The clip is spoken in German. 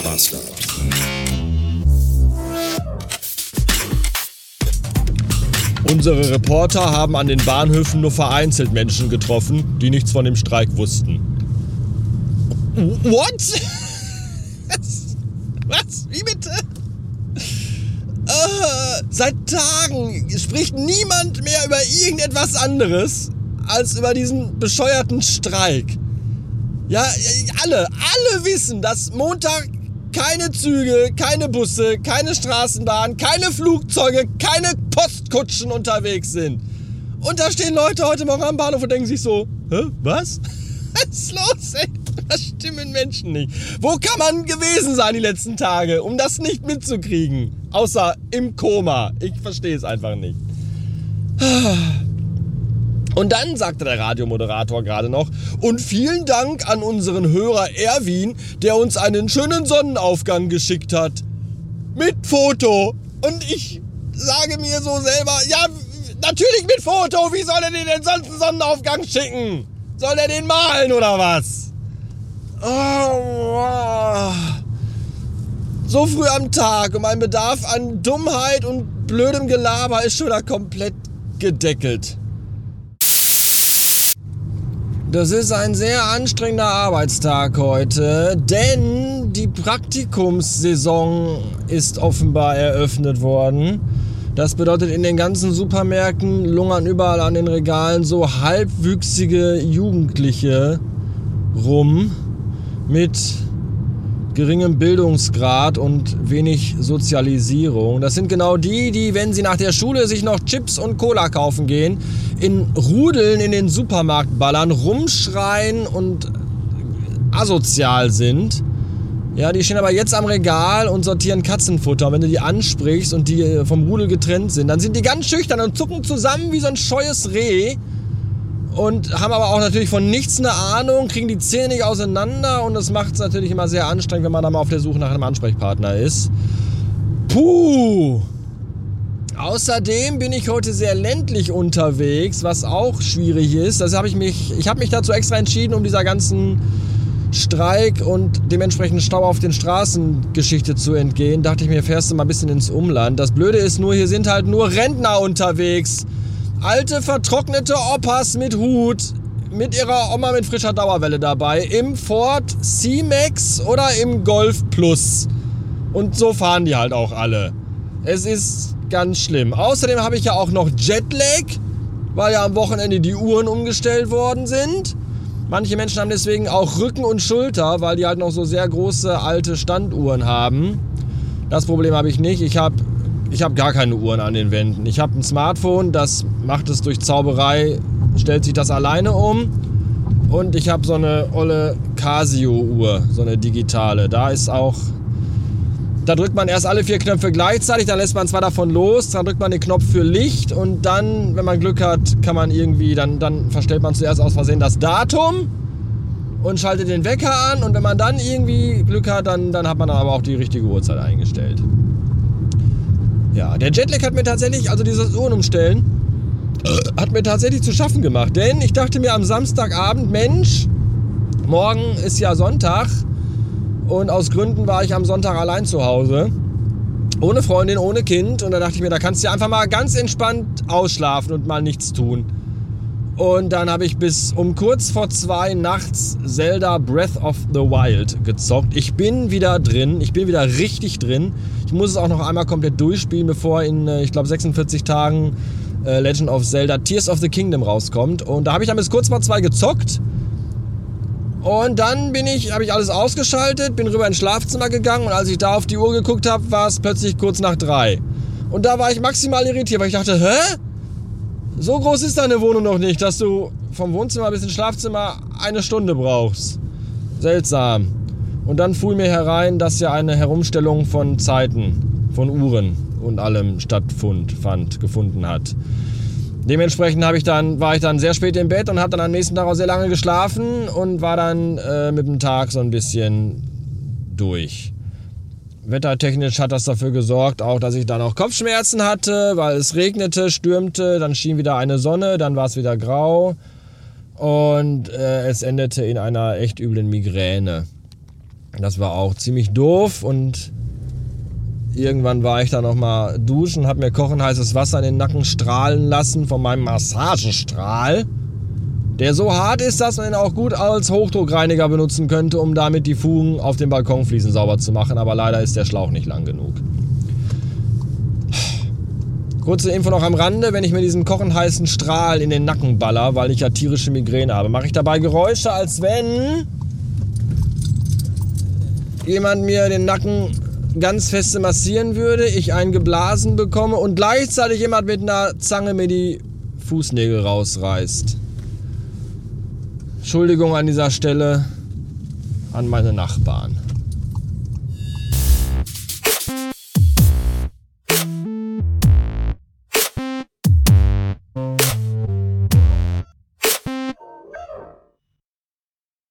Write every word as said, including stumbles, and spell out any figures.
Bastard. Unsere Reporter haben an den Bahnhöfen nur vereinzelt Menschen getroffen, die nichts von dem Streik wussten. What? Was? Wie bitte? Uh, seit Tagen spricht niemand mehr über irgendetwas anderes als über diesen bescheuerten Streik. Ja, alle, alle wissen, dass Montag keine Züge, keine Busse, keine Straßenbahn, keine Flugzeuge, keine Postkutschen unterwegs sind. Und da stehen Leute heute Morgen am Bahnhof und denken sich so, hä, was? Was ist los, ey? Was stimmen Menschen nicht? Wo kann man gewesen sein die letzten Tage, um das nicht mitzukriegen? Außer im Koma. Ich verstehe es einfach nicht. Und dann sagte der Radiomoderator gerade noch, und vielen Dank an unseren Hörer Erwin, der uns einen schönen Sonnenaufgang geschickt hat. Mit Foto. Und ich sage mir so selber, ja, natürlich mit Foto. Wie soll er denn denn sonst einen Sonnenaufgang schicken? Soll er den malen oder was? Oh, so früh am Tag und mein Bedarf an Dummheit und blödem Gelaber ist schon wieder komplett gedeckelt. Das ist ein sehr anstrengender Arbeitstag heute, denn die Praktikumssaison ist offenbar eröffnet worden. Das bedeutet, in den ganzen Supermärkten lungern überall an den Regalen so halbwüchsige Jugendliche rum mit geringem Bildungsgrad und wenig Sozialisierung. Das sind genau die, die, wenn sie nach der Schule sich noch Chips und Cola kaufen gehen, in Rudeln in den Supermarkt ballern, rumschreien und asozial sind. Ja, die stehen aber jetzt am Regal und sortieren Katzenfutter. Und wenn du die ansprichst und die vom Rudel getrennt sind, dann sind die ganz schüchtern und zucken zusammen wie so ein scheues Reh. Und haben aber auch natürlich von nichts eine Ahnung, kriegen die Zähne nicht auseinander und das macht es natürlich immer sehr anstrengend, wenn man da mal auf der Suche nach einem Ansprechpartner ist. Puh! Außerdem bin ich heute sehr ländlich unterwegs, was auch schwierig ist. Das habe ich mich, ich habe mich dazu extra entschieden, um dieser ganzen Streik und dementsprechend Stau auf den Straßen Geschichte zu entgehen. Dachte ich mir, fährst du mal ein bisschen ins Umland. Das Blöde ist nur, hier sind halt nur Rentner unterwegs. Alte, vertrocknete Opas mit Hut, mit ihrer Oma mit frischer Dauerwelle dabei, im Ford C-Max oder im Golf Plus. Und so fahren die halt auch alle. Es ist ganz schlimm. Außerdem habe ich ja auch noch Jetlag, weil ja am Wochenende die Uhren umgestellt worden sind. Manche Menschen haben deswegen auch Rücken und Schulter, weil die halt noch so sehr große alte Standuhren haben. Das Problem habe ich nicht. Ich habe Ich habe gar keine Uhren an den Wänden. Ich habe ein Smartphone, das macht es durch Zauberei, stellt sich das alleine um. Und ich habe so eine olle Casio-Uhr, so eine digitale. Da ist auch, da drückt man erst alle vier Knöpfe gleichzeitig, dann lässt man zwei davon los, dann drückt man den Knopf für Licht und dann, wenn man Glück hat, kann man irgendwie, dann, dann verstellt man zuerst aus Versehen das Datum und schaltet den Wecker an. Und wenn man dann irgendwie Glück hat, dann, dann hat man dann aber auch die richtige Uhrzeit eingestellt. Ja, der Jetlag hat mir tatsächlich, also dieses Uhrenumstellen, äh, hat mir tatsächlich zu schaffen gemacht. Denn ich dachte mir am Samstagabend, Mensch, morgen ist ja Sonntag und aus Gründen war ich am Sonntag allein zu Hause. Ohne Freundin, ohne Kind. Und da dachte ich mir, da kannst du ja einfach mal ganz entspannt ausschlafen und mal nichts tun. Und dann habe ich bis um kurz vor zwei nachts Zelda Breath of the Wild gezockt. Ich bin wieder drin, ich bin wieder richtig drin. Ich muss es auch noch einmal komplett durchspielen, bevor in, ich glaube, sechsundvierzig Tagen äh, Legend of Zelda Tears of the Kingdom rauskommt. Und da habe ich dann bis kurz vor zwei gezockt. Und dann bin ich, habe ich alles ausgeschaltet, bin rüber ins Schlafzimmer gegangen und als ich da auf die Uhr geguckt habe, war es plötzlich kurz nach drei. Und da war ich maximal irritiert, weil ich dachte, hä? So groß ist deine Wohnung noch nicht, dass du vom Wohnzimmer bis ins Schlafzimmer eine Stunde brauchst. Seltsam. Und dann fuhr mir herein, dass ja eine Herumstellung von Zeiten, von Uhren und allem stattfand, fand, gefunden hat. Dementsprechend habe ich dann, war ich dann sehr spät im Bett und habe dann am nächsten Tag auch sehr lange geschlafen und war dann äh, mit dem Tag so ein bisschen durch. Wettertechnisch hat das dafür gesorgt, auch dass ich dann auch Kopfschmerzen hatte, weil es regnete, stürmte, dann schien wieder eine Sonne, dann war es wieder grau und äh, es endete in einer echt üblen Migräne. Das war auch ziemlich doof und irgendwann war ich da nochmal duschen, habe mir kochend heißes Wasser in den Nacken strahlen lassen von meinem Massagestrahl, der so hart ist, dass man ihn auch gut als Hochdruckreiniger benutzen könnte, um damit die Fugen auf den Balkonfliesen sauber zu machen, aber leider ist der Schlauch nicht lang genug. Kurze Info noch am Rande, wenn ich mir diesen kochend heißen Strahl in den Nacken baller, weil ich ja tierische Migräne habe, mache ich dabei Geräusche, als wenn jemand mir den Nacken ganz feste massieren würde, ich einen geblasen bekomme und gleichzeitig jemand mit einer Zange mir die Fußnägel rausreißt. Entschuldigung an dieser Stelle an meine Nachbarn.